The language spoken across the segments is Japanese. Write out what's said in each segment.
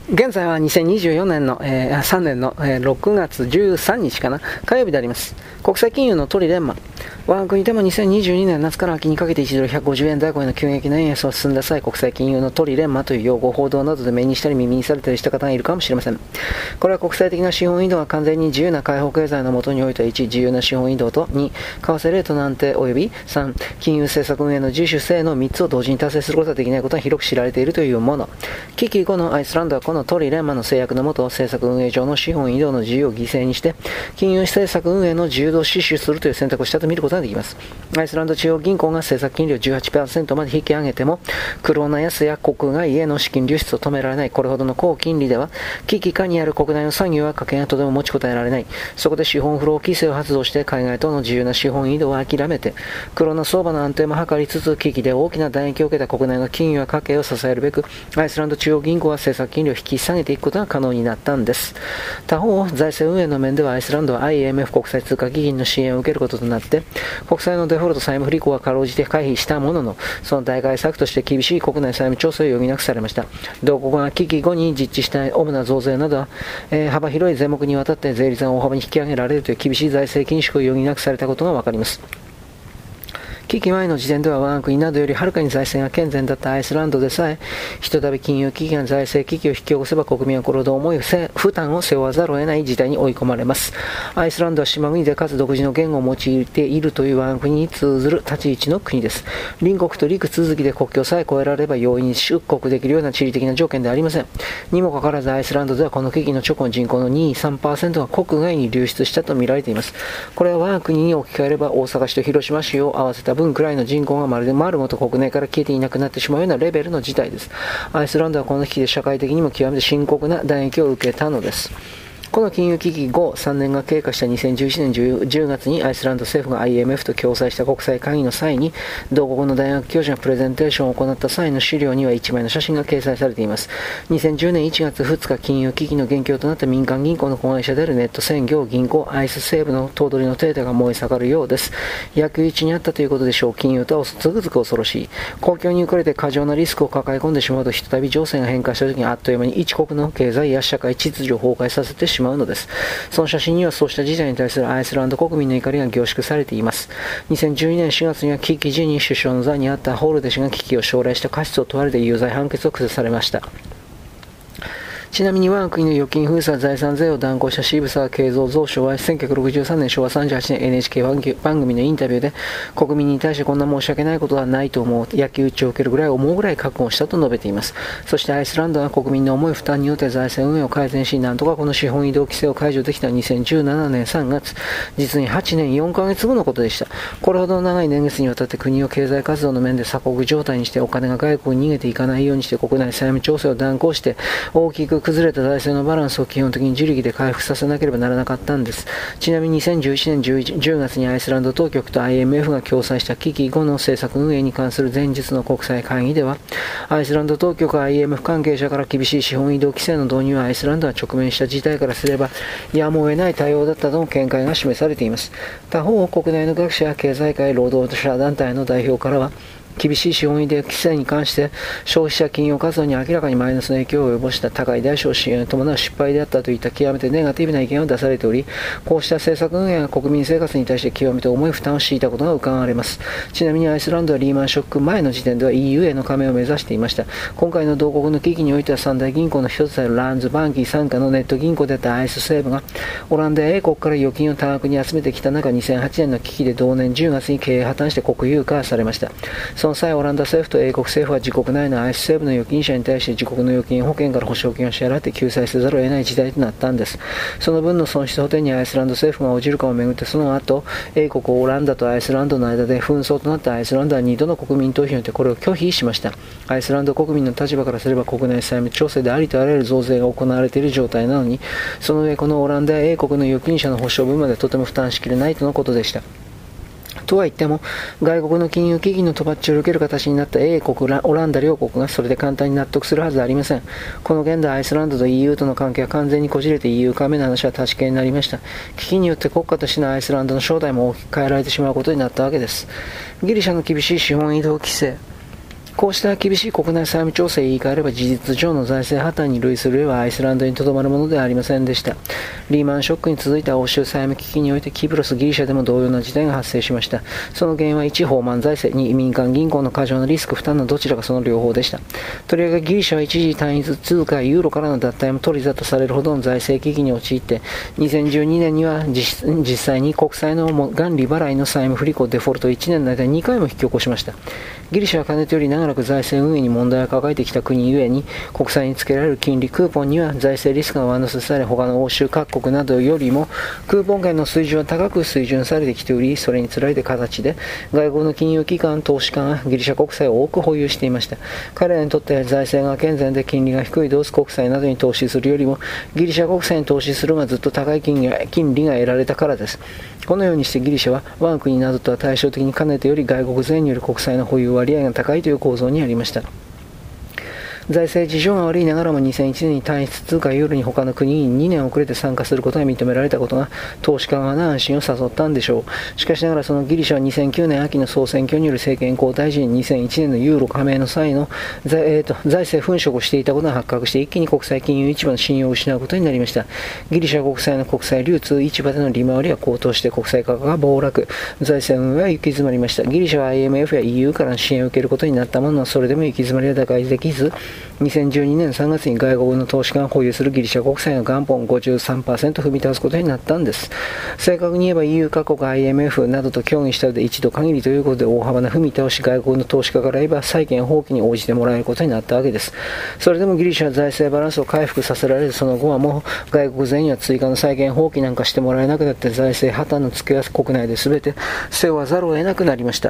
現在は2024年の、3年の、6月13日かな、火曜日であります。国際金融のトリレンマ。我が国でも2022年夏から秋にかけて1ドル150円台超えの急激な円安を進んだ際、国際金融のトリレンマという用語を報道などで目にしたり耳にされたりした方がいるかもしれません。これは国際的な資本移動が完全に自由な開放経済の下において1、自由な資本移動と2、為替レートの安定及び3、金融政策運営の自主性の3つを同時に達成することができないことが広く知られているというもの。危機後のアイスランドはこのトリレンマの制約の下、政策運営上の資本移動の自由を犠牲にして、金融政策運営の自由度を死守するという選択をしたと見ることができます。アイスランド中央銀行が政策金利を 18% まで引き上げても、クローナ安や国外への資金流出を止められない。これほどの高金利では、危機下にある国内の産業は家計がとても持ちこたえられない。そこで資本フロー規制を発動して海外との自由な資本移動を諦めて、クローナ相場の安定も図りつつ、危機で大きな打撃を受けた国内の金融や家計を支えるべく、アイスランド中央銀行は政策金利を引き下げていくことが可能になったんです。他方、財政運営の面ではアイスランドは IMF 国際通貨基金の支援を受けることとなって、国債のデフォルト債務不履行はかろうじて回避したものの、その代替策として厳しい国内債務調整を余儀なくされました。同国が危機後に実地した主な増税などは、幅広い税目にわたって税率が大幅に引き上げられるという厳しい財政緊縮を余儀なくされたことがわかります。危機前の時点では我が国などよりはるかに財政が健全だったアイスランドでさえ、ひとたび金融危機が財政危機を引き起こせば国民はこれほど重い負担を背負わざるを得ない事態に追い込まれます。アイスランドは島国でかつ独自の言語を用いているという我が国に通ずる立ち位置の国です。隣国と陸続きで国境さえ越えられれば容易に出国できるような地理的な条件ではありません。にもかかわらずアイスランドではこの危機の直後の人口の 2.3% が国外に流出したと見られています。これは我が国に置き換えれば大阪市と広島市を合わせた分くらいの人口がまるで丸ごと国内から消えていなくなってしまうようなレベルの事態です。アイスランドはこの危機で社会的にも極めて深刻な打撃を受けたのです。この金融危機後3年が経過した2011年 10月にアイスランド政府が IMF と共催した国際会議の際に同国の大学教授がプレゼンテーションを行った際の資料には1枚の写真が掲載されています。2010年1月2日金融危機の元凶となった民間銀行の子会社であるネット専業銀行アイス西部の頭取のデータが燃え盛るようです。役位にあったということでしょう。金融とはつくづく恐ろしい。公共に浮かれて過剰なリスクを抱え込んでしまうとひとたび情勢が変化した時にあっという間に一国の経済や社会秩序を崩壊させてしまうのです。その写真にはそうした事態に対するアイスランド国民の怒りが凝縮されています。2012年4月には危機時に首相の座にあったホールデ氏が危機を奨励した過失を問われて有罪判決を下されました。ちなみに我が国の預金封鎖財産税を断行した渋沢慶三蔵相は1963年昭和38年 NHK 番組のインタビューで国民に対してこんな申し訳ないことはないと思う、焼き討ちを受けるぐらい思うぐらい覚悟したと述べています。そしてアイスランドは国民の重い負担によって財政運営を改善し、なんとかこの資本移動規制を解除できた2017年3月、実に8年4ヶ月後のことでした。これほど長い年月にわたって国を経済活動の面で鎖国状態にして、お金が外国に逃げていかないようにして、国内債務調整を断行して大きく崩れた財政のバランスを基本的に自力で回復させなければならなかったんです。ちなみに2011年10月にアイスランド当局と IMF が共催した危機後の政策運営に関する前日の国際会議では、アイスランド当局は IMF 関係者から厳しい資本移動規制の導入はアイスランドが直面した事態からすればやむを得ない対応だったとの見解が示されています。他方、国内の学者や経済界労働者団体の代表からは、厳しい資本移動規制に関して消費者金融活動に明らかにマイナスの影響を及ぼした高い代償支援を伴う失敗であったといった極めてネガティブな意見を出されており、こうした政策運営が国民生活に対して極めて重い負担を強いたことが伺われます。ちなみにアイスランドはリーマンショック前の時点では EU への加盟を目指していました。今回の同国の危機においては三大銀行の一つであるランズバンキー傘下のネット銀行であったアイス西部がオランダや英国から預金を多額に集めてきた中、2008年の危機で同年10月に経営破綻して国有化されました。その際、オランダ政府と英国政府は自国内のアイス西部の預金者に対して自国の預金保険から保証金を支払って救済せざるを得ない事態となったんです。その分の損失補填にアイスランド政府が応じるかをめぐって、その後英国、オランダとアイスランドの間で紛争となったアイスランドは2度の国民投票によってこれを拒否しました。アイスランド国民の立場からすれば国内債務調整でありとあらゆる増税が行われている状態なのに、その上このオランダや英国の預金者の保証分までとても負担しきれないとのことでした。とは言っても、外国の金融危機のとばっちを受ける形になった英国、オランダ両国がそれで簡単に納得するはずはありません。この現代アイスランドと EU との関係は完全にこじれて EU 加盟の話は立ち消えになりました。危機によって国家としてのアイスランドの正体も大きく変えられてしまうことになったわけです。ギリシャの厳しい資本移動規制、 こうした厳しい国内債務調整を言い換えれば事実上の財政破綻に類する例はアイスランドにとどまるものではありませんでした。リーマンショックに続いた欧州債務危機においてキプロス、ギリシャでも同様な事態が発生しました。その原因は1、放満財政、2、民間銀行の過剰なリスク負担のどちらかその両方でした。とりわけギリシャは一時単一通貨ユーロからの脱退も取り沙汰されるほどの財政危機に陥って、2012年には実際に国債の元利払いの債務不履行デフォルト1年の間に2回も引き起こしました。ギリシャはかねてより長らく財政運営に問題を抱えてきた国ゆえに、国債につけられる金利クーポンには財政リスクが上乗せされ、他の欧州各国などよりもクーポン券の水準は高く水準されてきており、それにつられて形で外国の金融機関、投資家がギリシャ国債を多く保有していました。彼らにとって財政が健全で金利が低いドイツ国債などに投資するよりもギリシャ国債に投資するがずっと高い金利が得られたからです。このようにしてギリシャは我が国などとは対照的にかねてより外国税による国債の保有割合が高いという構造にありました。財政事情が悪いながらも2001年に単一通貨ユーロに他の国に2年遅れて参加することが認められたことが投資家側の安心を誘ったんでしょう。しかしながらそのギリシャは2009年秋の総選挙による政権交代時に2001年のユーロ加盟の際の財政粉飾をしていたことが発覚して一気に国際金融市場の信用を失うことになりました。ギリシャ国債の国債流通市場での利回りは高騰して国債価格が暴落、財政運営は行き詰まりました。ギリシャは IMF や EU からの支援を受けることになったものの、それでも行き詰まりは打開できず、2012年3月に外国の投資家が保有するギリシャ国債の元本 53% 踏み倒すことになったんです。正確に言えば EU 各国 IMF などと協議したので一度限りということで大幅な踏み倒し、外国の投資家から言えば債権放棄に応じてもらえることになったわけです。それでもギリシャは財政バランスを回復させられるその後はもう外国勢には追加の債権放棄なんかしてもらえなくなって財政破綻の付けは国内で全て背負わざるを得なくなりました。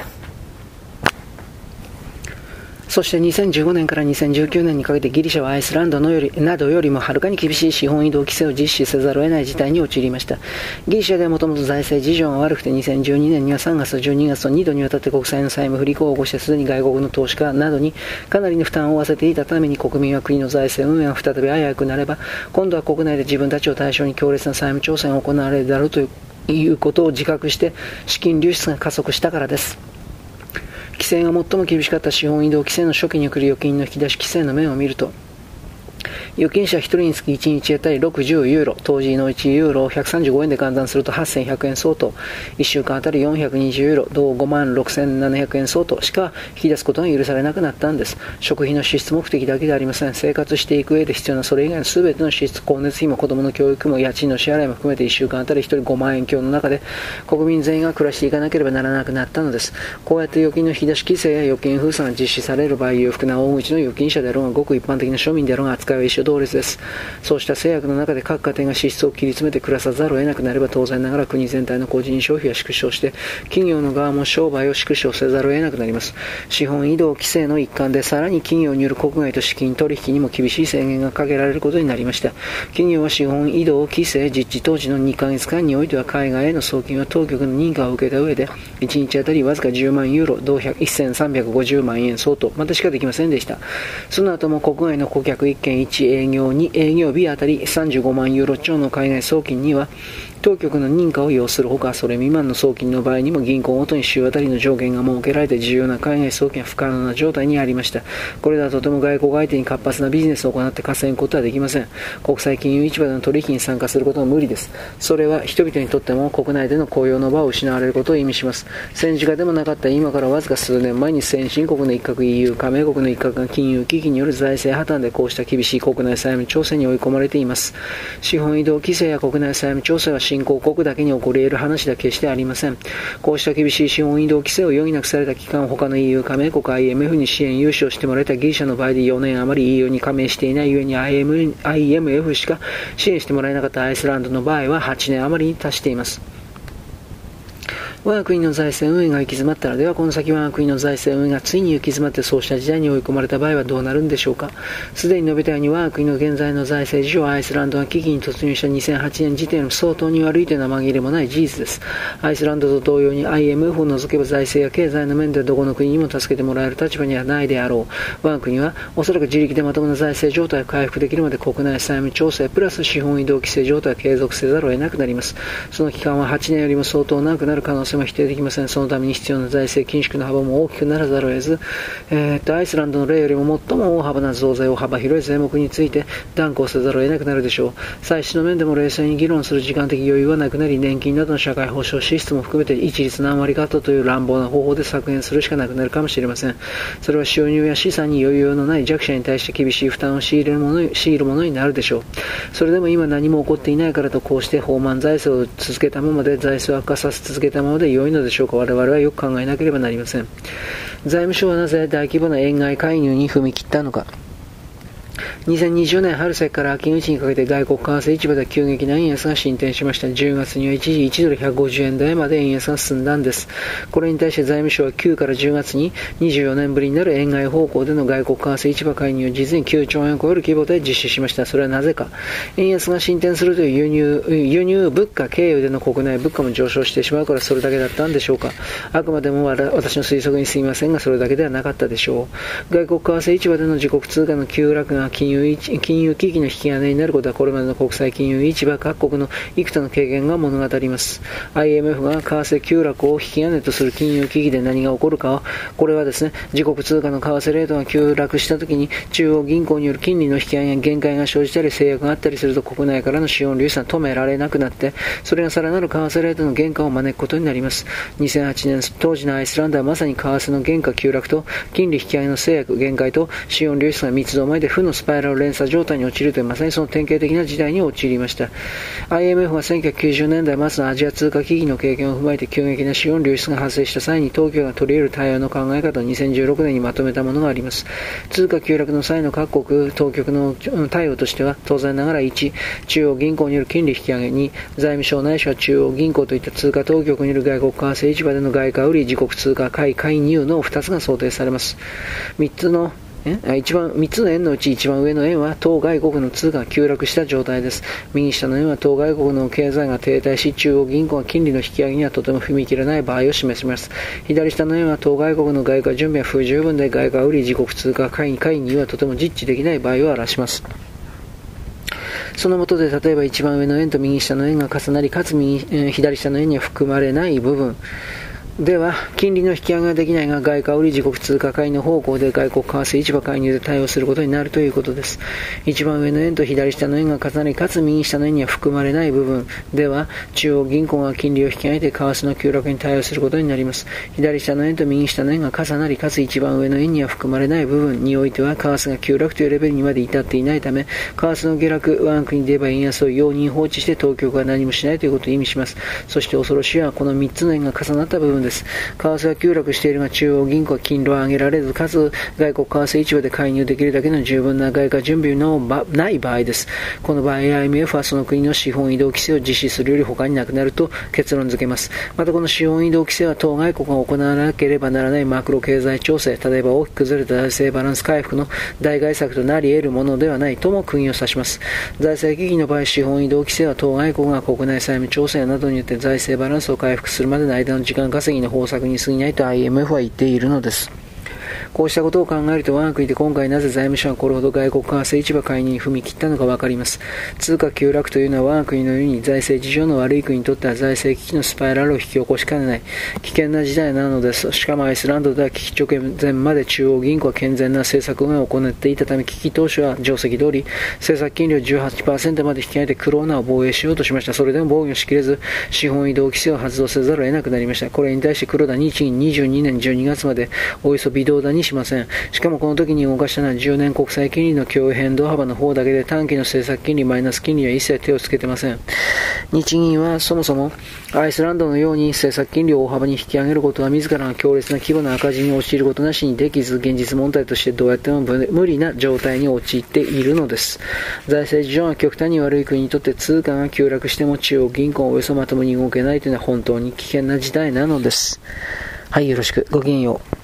そして2015年から2019年にかけてギリシャはアイスランドなどよりもはるかに厳しい資本移動規制を実施せざるを得ない事態に陥りました。ギリシャではもともと財政事情が悪くて2012年には3月と12月と2度にわたって国債の債務不履行を起こしてすでに外国の投資家などにかなりの負担を負わせていたために国民は国の財政運営が再び危うくなれば今度は国内で自分たちを対象に強烈な債務調整が行われるだろうということを自覚して資金流出が加速したからです。規制が最も厳しかった資本移動規制の初期に送る預金の引き出し規制の面を見ると、預金者1人につき1日当たり60ユーロ、当時の1ユーロを135円で換算すると8100円相当、1週間当たり420ユーロ、同56700円相当しか引き出すことが許されなくなったんです。食費の支出目的だけではありません。生活していく上で必要なそれ以外の全ての支出、光熱費も子供の教育も家賃の支払いも含めて1週間当たり1人5万円強の中で国民全員が暮らしていかなければならなくなったのです。こうやって預金の引き出し規制や預金封鎖が実施される場合、裕福な大口の預金者であろうがごく一般的な庶民であろうが扱いは一緒同列です。そうした制約の中で各家庭が支出を切り詰めて暮らさざるを得なくなれば当然ながら国全体の個人消費は縮小して企業の側も商売を縮小せざるを得なくなります。資本移動規制の一環でさらに企業による国外と資金取引にも厳しい制限がかけられることになりました。企業は資本移動規制実地当時の2ヶ月間においては海外への送金は当局の認可を受けた上で1日あたりわずか10万ユーロ同1350万円相当までしかできませんでした。その後も国外の顧客1件1営業2営業日あたり35万ユーロ超の海外送金には当局の認可を要するほか、それ未満の送金の場合にも銀行ごとに週あたりの上限が設けられて重要な海外送金は不可能な状態にありました。これではとても外国相手に活発なビジネスを行って稼ぐことはできません。国際金融市場での取引に参加することは無理です。それは人々にとっても国内での雇用の場を失われることを意味します。戦時下でもなかった今からわずか数年前に先進国の一角 EU 加盟国の一角が金融危機による財政破綻でこうした厳しい国内債務調整に追い込まれています。資本移動規制や国内債務調整は新興国だけに起こり得る話では決してありません。こうした厳しい資本移動規制を余儀なくされた期間、他の EU 加盟国 IMF に支援融資をしてもらえたギリシャの場合で4年余り EU に加盟していないゆえに IMF しか支援してもらえなかったアイスランドの場合は8年余りに達しています。我が国の財政運営が行き詰まったら、ではこの先我が国の財政運営がついに行き詰まってそうした時代に追い込まれた場合はどうなるんでしょうか。すでに述べたように我が国の現在の財政事情はアイスランドが危機に突入した2008年時点の相当に悪いというのは紛れもない事実です。アイスランドと同様に IMF を除けば財政や経済の面でどこの国にも助けてもらえる立場にはないであろう。我が国はおそらく自力でまともな財政状態を回復できるまで国内債務調整プラス資本移動規制状態を継続せざるを得なくなります。その期間は8年よりも相当長くなる可能性性は否定できません。そのために必要な財政緊縮の幅も大きくならざるを得ず、アイスランドの例よりも最も大幅な増税を幅広い税目について断行せざるを得なくなるでしょう。歳出の面でも冷静に議論する時間的余裕はなくなり、年金などの社会保障支出も含めて一律何割カットという乱暴な方法で削減するしかなくなるかもしれません。それは収入や資産に余裕のない弱者に対して厳しい負担を強いるものになるでしょう。それでも今何も起こっていないからとこうして放漫財政を続けたままで財政を悪化させ続けたままで良いのでしょうか。我々はよく考えなければなりません。財務省はなぜ大規模な円買い介入に踏み切ったのか。2020年春先から秋口にかけて外国為替市場で急激な円安が進展しました。10月には一時1ドル150円台まで円安が進んだんです。これに対して財務省は9から10月に24年ぶりになる円買い方向での外国為替市場介入を実に9兆円を超える規模で実施しました。それはなぜか。円安が進展するという輸入物価経由での国内物価も上昇してしまうからそれだけだったんでしょうか。あくまでも私の推測にすみませんがそれだけではなかったでしょう。外国為替市場での自国通貨の急落が金融危機の引き金になることはこれまでの国際金融市場各国の幾多の経験が物語ります。 IMF が為替急落を引き金とする金融危機で何が起こるかは、これはですね、自国通貨の為替レートが急落したときに中央銀行による金利の引き上げや限界が生じたり制約があったりすると国内からの資本流出が止められなくなって、それがさらなる為替レートの減価を招くことになります。2008年当時のアイスランドはまさに為替の原価急落と金利引き上げの制約限界と資本流出が三つどもえで負のスパイラル連鎖状態に陥るというまさにその典型的な時代に陥りました。 IMF は1990年代末のアジア通貨危機の経験を踏まえて急激な資本流出が発生した際に当局が取り得る対応の考え方を2016年にまとめたものがあります。通貨急落の際の各国当局の対応としては当然ながら1、中央銀行による金利引き上げ、2、財務省ないしは中央銀行といった通貨当局による外国為替市場での外貨売り自国通貨買い介入の2つが想定されます。3つの円のうち一番上の円は当外国の通貨が急落した状態です。右下の円は当外国の経済が停滞し中央銀行が金利の引き上げにはとても踏み切れない場合を示します。左下の円は当外国の外貨準備は不十分で外貨売り自国通貨買い介入はとても実地できない場合を表します。その下で例えば一番上の円と右下の円が重なりかつ左下の円には含まれない部分では金利の引き上げができないが外貨売り自国通貨買いの方向で外国為替市場介入で対応することになるということです。一番上の円と左下の円が重なりかつ右下の円には含まれない部分では中央銀行が金利を引き上げて為替の急落に対応することになります。左下の円と右下の円が重なりかつ一番上の円には含まれない部分においては為替が急落というレベルにまで至っていないため為替の下落我が国で言えば円安を容認放置して当局が何もしないということを意味します。そして恐ろしいはこの3つの円が重なった部分です。為替は急落しているが中央銀行は金利を上げられずかつ外国為替市場で介入できるだけの十分な外貨準備のない場合です。この場合 IMF はその国の資本移動規制を実施するより他になくなると結論付けます。またこの資本移動規制は当外国が行わなければならないマクロ経済調整、例えば大きく崩れた財政バランス回復の代替策となり得るものではないとも釘を刺します。財政危機の場合資本移動規制は当外国が国内債務調整などによって財政バランスを回復するまでの間の時間稼ぎの方策に過ぎないと IMF は言っているのです。こうしたことを考えると我が国で今回なぜ財務省がこれほど外国為替市場介入に踏み切ったのか分かります。通貨急落というのは我が国のように財政事情の悪い国にとっては財政危機のスパイラルを引き起こしかねない危険な時代なのです。しかもアイスランドでは危機直前まで中央銀行は健全な政策運営を行っていたため危機当初は定石通り政策金利を 18% まで引き上げてクローナを防衛しようとしました。それでも防御しきれず資本移動規制を発動せざるを得なくなりました。これに対して黒田日銀22年12月までおよそ微動だにしません。しかもこの時に動かしたのは10年国債金利の供与変動幅の方だけで短期の政策金利マイナス金利は一切手をつけてません。日銀はそもそもアイスランドのように政策金利を大幅に引き上げることは自らが強烈な規模の赤字に陥ることなしにできず現実問題としてどうやっても無理な状態に陥っているのです。財政事情が極端に悪い国にとって通貨が急落しても中央銀行をおよそまともに動けないというのは本当に危険な事態なのです。はい、よろしく。ごきげんよう。